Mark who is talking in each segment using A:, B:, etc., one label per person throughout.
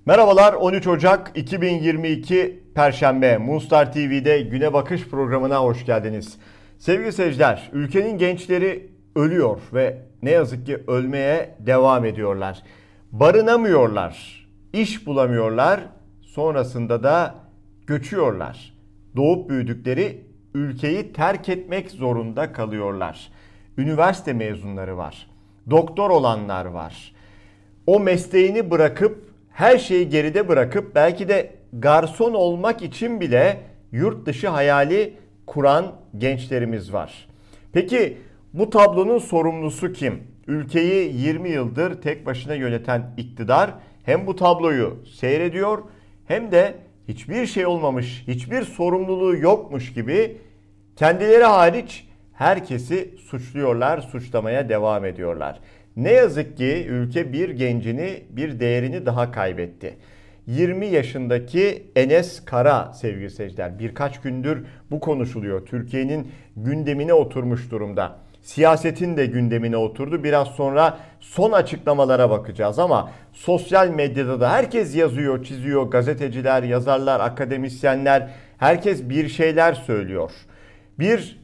A: Merhabalar, 13 Ocak 2022 Perşembe Moonstar TV'de Güne Bakış programına hoş geldiniz. Sevgili seyirciler, ülkenin gençleri ölüyor ve ne yazık ki ölmeye devam ediyorlar. Barınamıyorlar, iş bulamıyorlar, sonrasında da göçüyorlar. Doğup büyüdükleri ülkeyi terk etmek zorunda kalıyorlar. Üniversite mezunları var, doktor olanlar var. O mesleğini bırakıp her şeyi geride bırakıp belki de garson olmak için bile yurt dışı hayali kuran gençlerimiz var. Peki bu tablonun sorumlusu kim? Ülkeyi 20 yıldır tek başına yöneten iktidar hem bu tabloyu seyrediyor hem de hiçbir şey olmamış, hiçbir sorumluluğu yokmuş gibi kendileri hariç herkesi suçluyorlar, suçlamaya devam ediyorlar. Ne yazık ki ülke bir gencini, bir değerini daha kaybetti. 20 yaşındaki Enes Kara sevgili seyirciler. Birkaç gündür bu konuşuluyor. Türkiye'nin gündemine oturmuş durumda. Siyasetin de gündemine oturdu. Biraz sonra son açıklamalara bakacağız ama sosyal medyada da herkes yazıyor, çiziyor. Gazeteciler, yazarlar, akademisyenler herkes bir şeyler söylüyor. Bir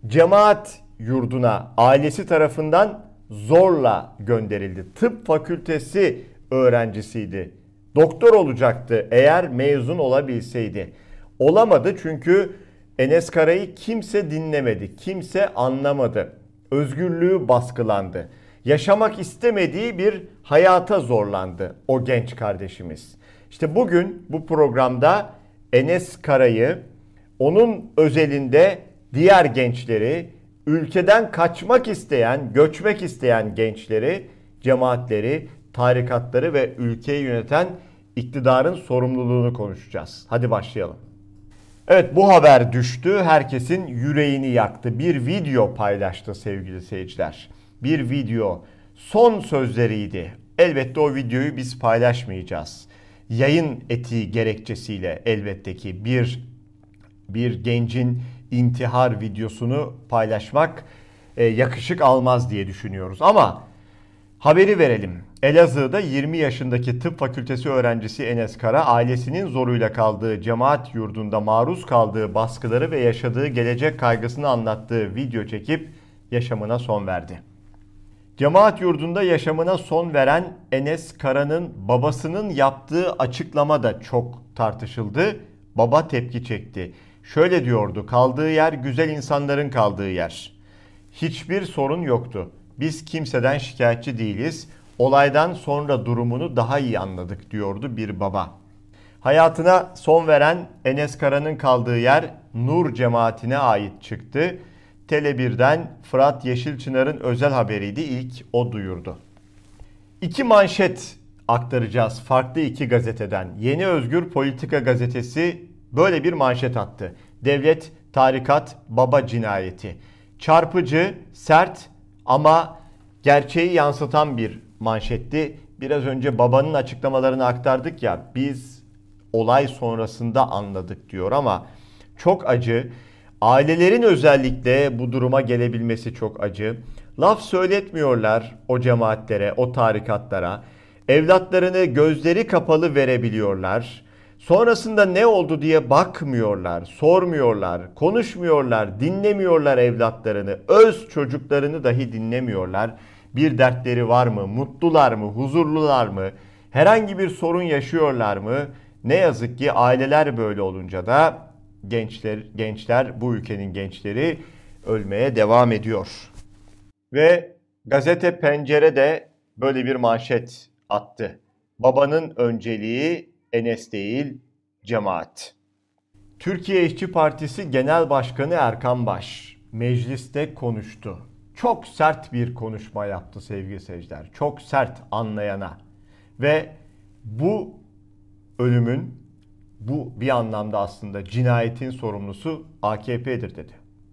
A: cemaat yurduna ailesi tarafından zorla gönderildi. Tıp fakültesi öğrencisiydi. Doktor olacaktı eğer mezun olabilseydi. Olamadı çünkü Enes Kara'yı kimse dinlemedi, kimse anlamadı. Özgürlüğü baskılandı. Yaşamak istemediği bir hayata zorlandı o genç kardeşimiz. İşte bugün bu programda Enes Kara'yı, onun özelinde diğer gençleri, ülkeden kaçmak isteyen, göçmek isteyen gençleri, cemaatleri, tarikatları ve ülkeyi yöneten iktidarın sorumluluğunu konuşacağız. Hadi başlayalım. Evet, bu haber düştü. Herkesin yüreğini yaktı. Bir video paylaştı sevgili seyirciler. Bir video. Son sözleriydi. Elbette o videoyu biz paylaşmayacağız. Yayın etiği gerekçesiyle elbette ki bir gencin intihar videosunu paylaşmak yakışık almaz diye düşünüyoruz. Ama haberi verelim. Elazığ'da 20 yaşındaki tıp fakültesi öğrencisi Enes Kara, ailesinin zoruyla kaldığı cemaat yurdunda maruz kaldığı baskıları ve yaşadığı gelecek kaygısını anlattığı video çekip yaşamına son verdi. Cemaat yurdunda yaşamına son veren Enes Kara'nın babasının yaptığı açıklama da çok tartışıldı. Baba tepki çekti. Şöyle diyordu: kaldığı yer güzel insanların kaldığı yer. Hiçbir sorun yoktu. Biz kimseden şikayetçi değiliz. Olaydan sonra durumunu daha iyi anladık diyordu bir baba. Hayatına son veren Enes Kara'nın kaldığı yer Nur cemaatine ait çıktı. Tele1'den Fırat Yeşilçınar'ın özel haberiydi. İlk o duyurdu. İki manşet aktaracağız farklı iki gazeteden. Yeni Özgür Politika gazetesi böyle bir manşet attı. Devlet, tarikat, baba cinayeti. Çarpıcı, sert ama gerçeği yansıtan bir manşetti. Biraz önce babanın açıklamalarını aktardık ya, biz olay sonrasında anladık diyor ama çok acı. Ailelerin özellikle bu duruma gelebilmesi çok acı. Laf söyletmiyorlar o cemaatlere, o tarikatlara. Evlatlarını gözleri kapalı verebiliyorlar. Sonrasında ne oldu diye bakmıyorlar, sormuyorlar, konuşmuyorlar, dinlemiyorlar evlatlarını, öz çocuklarını dahi dinlemiyorlar. Bir dertleri var mı, mutlular mı, huzurlular mı, herhangi bir sorun yaşıyorlar mı? Ne yazık ki aileler böyle olunca da gençler, bu ülkenin gençleri ölmeye devam ediyor. Ve gazete Pencere de böyle bir manşet attı. Babanın önceliği Enes değil, cemaat. Türkiye İşçi Partisi Genel Başkanı Erkan Baş mecliste konuştu. Çok sert bir konuşma yaptı sevgili seyirciler. Çok sert anlayana. Ve bu ölümün, bu bir anlamda aslında cinayetin sorumlusu AKP'dir dedi.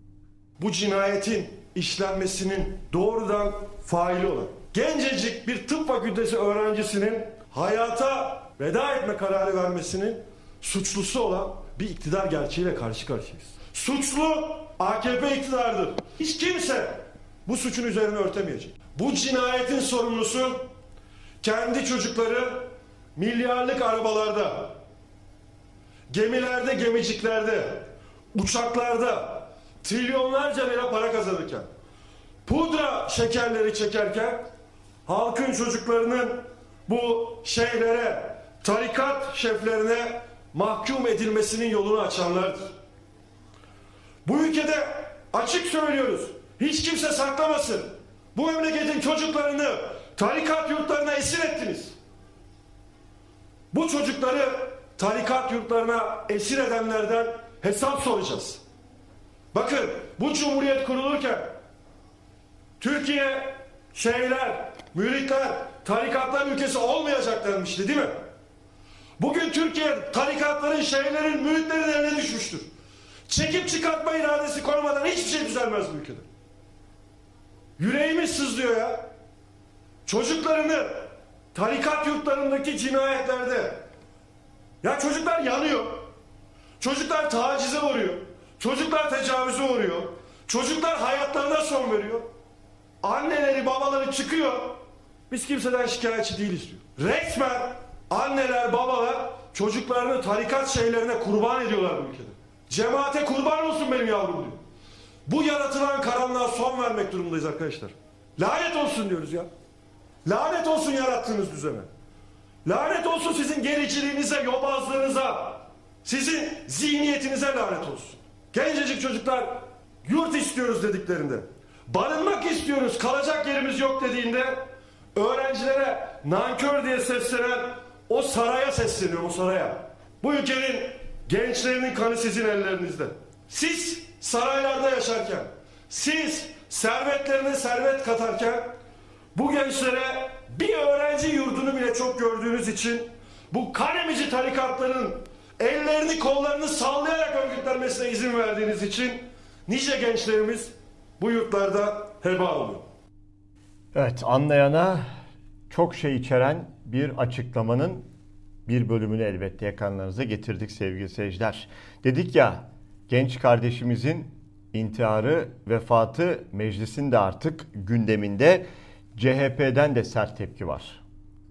B: Bu cinayetin işlenmesinin doğrudan faili olan gencecik bir tıp fakültesi öğrencisinin hayata veda etme kararı vermesinin suçlusu olan bir iktidar gerçeğiyle karşı karşıyayız. Suçlu AKP iktidarıdır. Hiç kimse bu suçun üzerine örtemeyecek. Bu cinayetin sorumlusu kendi çocukları milyarlık arabalarda, gemilerde, gemiciklerde, uçaklarda trilyonlarca lira para kazanırken, pudra şekerleri çekerken halkın çocuklarının bu şeylere, tarikat şeflerine mahkum edilmesinin yolunu açanlardır. Bu ülkede açık söylüyoruz, hiç kimse saklamasın. Bu memleketin çocuklarını tarikat yurtlarına esir ettiniz. Bu çocukları tarikat yurtlarına esir edenlerden hesap soracağız. Bakın, bu cumhuriyet kurulurken Türkiye müritler, tarikatlar ülkesi olmayacak denmişti, değil mi? Bugün Türkiye tarikatların, şeyhlerin, müritlerin eline düşmüştür. Çekip çıkartma iradesi koymadan hiçbir şey düzelmez bu ülkede. Yüreğimiz sızlıyor ya. Çocuklarını tarikat yurtlarındaki cinayetlerde, ya çocuklar yanıyor. Çocuklar tacize uğruyor. Çocuklar tecavüze uğruyor. Çocuklar hayatlarına son veriyor. Anneleri, babaları çıkıyor. Biz kimseden şikayetçi değiliz diyor. Resmen anneler, babalar çocuklarını tarikat şeylerine kurban ediyorlar bu ülkede. Cemaate kurban olsun benim yavrum diyor. Bu yaratılan karanlığa son vermek durumundayız arkadaşlar. Lanet olsun diyoruz ya. Lanet olsun yarattığınız düzene. Lanet olsun sizin gericiliğinize, yobazlığınıza, sizin zihniyetinize lanet olsun. Gencecik çocuklar yurt istiyoruz dediklerinde, barınmak istiyoruz, kalacak yerimiz yok dediğinde öğrencilere nankör diye seslenen o saraya sesleniyor, o saraya. Bu ülkenin gençlerinin kanı sizin ellerinizde. Siz saraylarda yaşarken, siz servetlerine servet katarken bu gençlere bir öğrenci yurdunu bile çok gördüğünüz için, bu kan emici tarikatların ellerini kollarını sallayarak örgütlenmesine izin verdiğiniz için nice gençlerimiz bu yurtlarda heba oluyor.
A: Evet, anlayana çok şey içeren bir açıklamanın bir bölümünü elbette ekranlarınıza getirdik sevgili seyirciler. Dedik ya, genç kardeşimizin intiharı, vefatı meclisin de artık gündeminde. CHP'den de sert tepki var.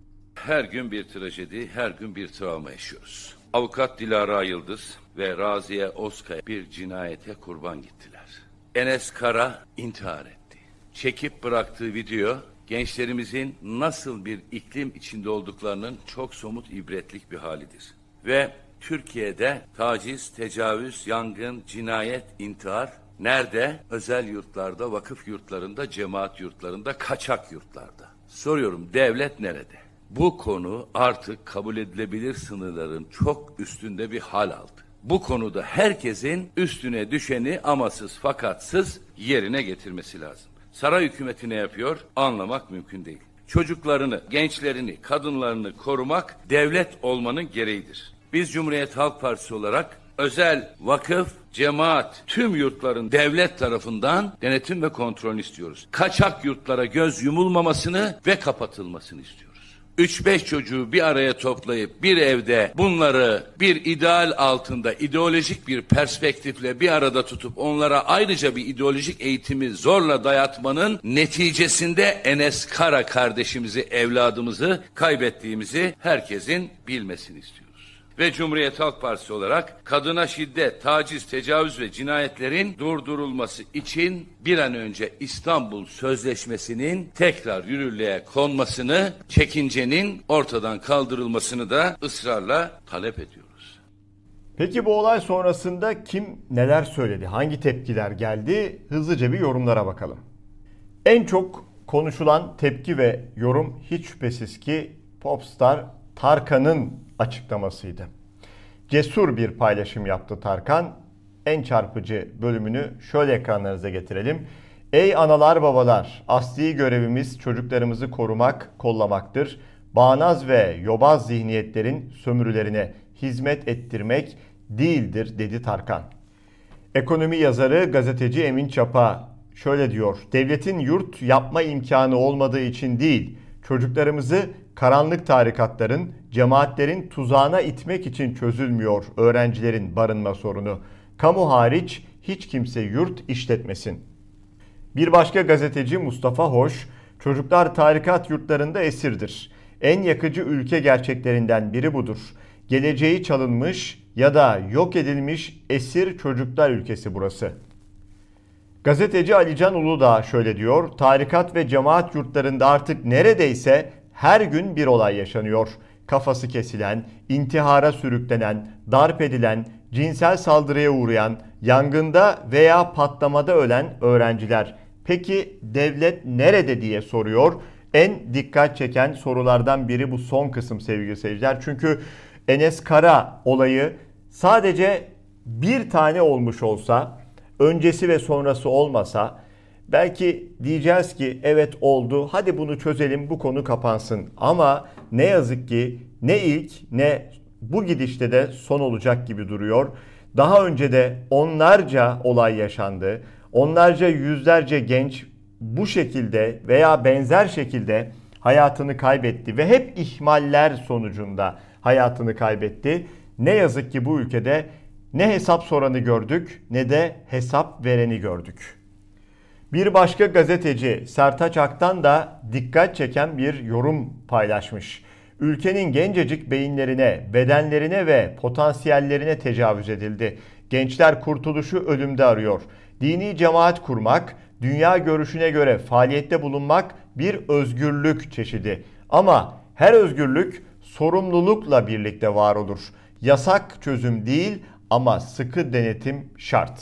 C: Her gün bir trajedi, her gün bir travma yaşıyoruz. Avukat Dilara Yıldız ve Raziye Ozkaya bir cinayete kurban gittiler. Enes Kara intihar etti. Çekip bıraktığı video gençlerimizin nasıl bir iklim içinde olduklarının çok somut, ibretlik bir halidir. Ve Türkiye'de taciz, tecavüz, yangın, cinayet, intihar nerede? Özel yurtlarda, vakıf yurtlarında, cemaat yurtlarında, kaçak yurtlarda. Soruyorum, devlet nerede? Bu konu artık kabul edilebilir sınırların çok üstünde bir hal aldı. Bu konuda herkesin üstüne düşeni amasız fakatsız yerine getirmesi lazım. Saray hükümeti ne yapıyor? Anlamak mümkün değil. Çocuklarını, gençlerini, kadınlarını korumak devlet olmanın gereğidir. Biz Cumhuriyet Halk Partisi olarak özel, vakıf, cemaat, tüm yurtların devlet tarafından denetim ve kontrolünü istiyoruz. Kaçak yurtlara göz yumulmamasını ve kapatılmasını istiyoruz. 3-5 çocuğu bir araya toplayıp bir evde bunları bir ideal altında, ideolojik bir perspektifle bir arada tutup onlara ayrıca bir ideolojik eğitimi zorla dayatmanın neticesinde Enes Kara kardeşimizi, evladımızı kaybettiğimizi herkesin bilmesini istiyoruz. Ve Cumhuriyet Halk Partisi olarak kadına şiddet, taciz, tecavüz ve cinayetlerin durdurulması için bir an önce İstanbul Sözleşmesi'nin tekrar yürürlüğe konmasını, çekincenin ortadan kaldırılmasını da ısrarla talep ediyoruz.
A: Peki bu olay sonrasında kim neler söyledi? Hangi tepkiler geldi? Hızlıca bir yorumlara bakalım. En çok konuşulan tepki ve yorum hiç şüphesiz ki Popstar Tarkan'ın açıklamasıydı. Cesur bir paylaşım yaptı Tarkan. En çarpıcı bölümünü şöyle ekranlarınıza getirelim. Ey analar babalar, asli görevimiz çocuklarımızı korumak, kollamaktır. Bağnaz ve yobaz zihniyetlerin sömürülerine hizmet ettirmek değildir dedi Tarkan. Ekonomi yazarı gazeteci Emin Çapa şöyle diyor. Devletin yurt yapma imkanı olmadığı için değil, çocuklarımızı karanlık tarikatların, cemaatlerin tuzağına itmek için çözülmüyor öğrencilerin barınma sorunu. Kamu hariç hiç kimse yurt işletmesin. Bir başka gazeteci Mustafa Hoş, çocuklar tarikat yurtlarında esirdir. En yakıcı ülke gerçeklerinden biri budur. Geleceği çalınmış ya da yok edilmiş esir çocuklar ülkesi burası. Gazeteci Alican Uludağ şöyle diyor: tarikat ve cemaat yurtlarında artık neredeyse her gün bir olay yaşanıyor. Kafası kesilen, intihara sürüklenen, darp edilen, cinsel saldırıya uğrayan, yangında veya patlamada ölen öğrenciler. Peki devlet nerede diye soruyor. En dikkat çeken sorulardan biri bu son kısım sevgili seyirciler. Çünkü Enes Kara olayı sadece bir tane olmuş olsa, öncesi ve sonrası olmasa belki diyeceğiz ki evet oldu, hadi bunu çözelim, bu konu kapansın. Ama ne yazık ki ne ilk ne bu gidişte de son olacak gibi duruyor. Daha önce de onlarca olay yaşandı. Onlarca yüzlerce genç bu şekilde veya benzer şekilde hayatını kaybetti ve hep ihmaller sonucunda hayatını kaybetti. Ne yazık ki bu ülkede ne hesap soranı gördük ne de hesap vereni gördük. Bir başka gazeteci Sertaç Aktan da dikkat çeken bir yorum paylaşmış. Ülkenin gencecik beyinlerine, bedenlerine ve potansiyellerine tecavüz edildi. Gençler kurtuluşu ölümde arıyor. Dini cemaat kurmak, dünya görüşüne göre faaliyette bulunmak bir özgürlük çeşidi. Ama her özgürlük sorumlulukla birlikte var olur. Yasak çözüm değil ama sıkı denetim şart.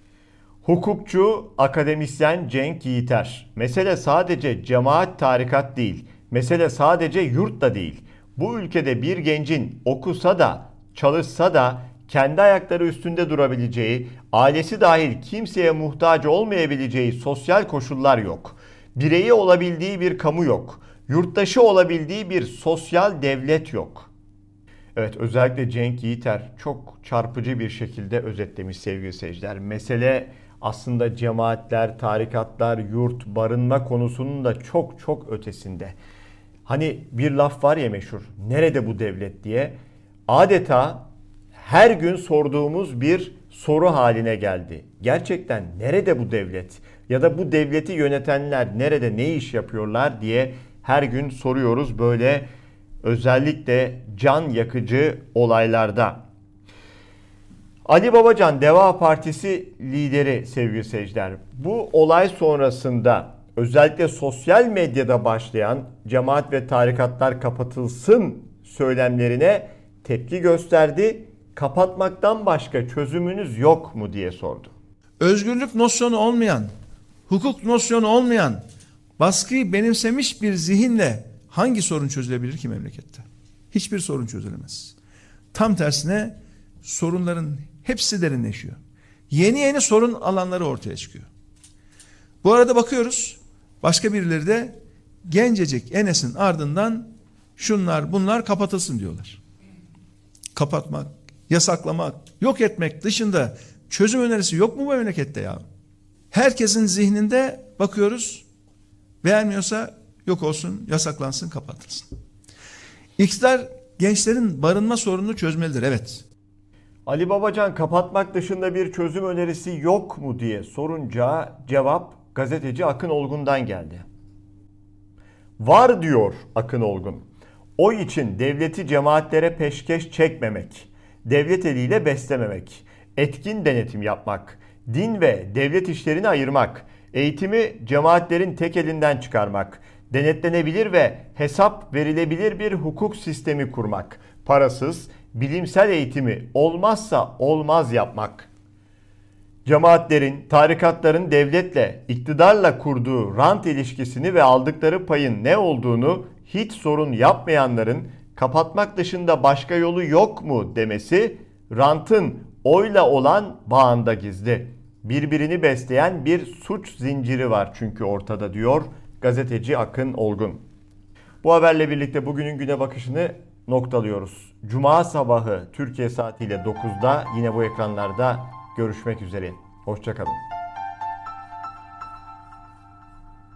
A: Hukukçu, akademisyen Cenk Yiğiter: mesele sadece cemaat tarikat değil, mesele sadece yurt da değil. Bu ülkede bir gencin okusa da, çalışsa da kendi ayakları üstünde durabileceği, ailesi dahil kimseye muhtaç olmayabileceği sosyal koşullar yok. Bireyi olabildiği bir kamu yok. Yurttaşı olabildiği bir sosyal devlet yok. Evet, özellikle Cenk Yiğiter çok çarpıcı bir şekilde özetlemiş sevgili seyirciler. Mesele aslında cemaatler, tarikatlar, yurt, barınma konusunun da çok çok ötesinde. Hani bir laf var ya meşhur, nerede bu devlet diye. Adeta her gün sorduğumuz bir soru haline geldi. Gerçekten nerede bu devlet? Ya da bu devleti yönetenler nerede, ne iş yapıyorlar diye her gün soruyoruz böyle, özellikle can yakıcı olaylarda. Ali Babacan, Deva Partisi lideri sevgili seyirciler, bu olay sonrasında özellikle sosyal medyada başlayan cemaat ve tarikatlar kapatılsın söylemlerine tepki gösterdi. Kapatmaktan başka çözümünüz yok mu diye sordu.
D: Özgürlük nosyonu olmayan, hukuk nosyonu olmayan, baskıyı benimsemiş bir zihinle hangi sorun çözülebilir ki memlekette? Hiçbir sorun çözülemez. Tam tersine sorunların hepsi derinleşiyor. Yeni sorun alanları ortaya çıkıyor. Bu arada bakıyoruz, başka birileri de gencecik Enes'in ardından şunlar bunlar kapatılsın diyorlar. Kapatmak, yasaklamak, yok etmek dışında çözüm önerisi yok mu bu memlekette ya? Herkesin zihninde bakıyoruz, beğenmiyorsa yok olsun, yasaklansın, kapatılsın. İktidar gençlerin barınma sorununu çözmelidir, evet.
A: Ali Babacan kapatmak dışında bir çözüm önerisi yok mu diye sorunca cevap gazeteci Akın Olgun'dan geldi. Var diyor Akın Olgun. O için devleti cemaatlere peşkeş çekmemek, devlet eliyle beslememek, etkin denetim yapmak, din ve devlet işlerini ayırmak, eğitimi cemaatlerin tek elinden çıkarmak, denetlenebilir ve hesap verilebilir bir hukuk sistemi kurmak, parasız, bilimsel eğitimi olmazsa olmaz yapmak. Cemaatlerin, tarikatların devletle, iktidarla kurduğu rant ilişkisini ve aldıkları payın ne olduğunu hiç sorun yapmayanların kapatmak dışında başka yolu yok mu demesi, rantın oyla olan bağında gizli. Birbirini besleyen bir suç zinciri var çünkü ortada diyor gazeteci Akın Olgun. Bu haberle birlikte bugünün güne bakışını noktalıyoruz. Cuma sabahı Türkiye saatiyle 9'da yine bu ekranlarda görüşmek üzere. Hoşça kalın.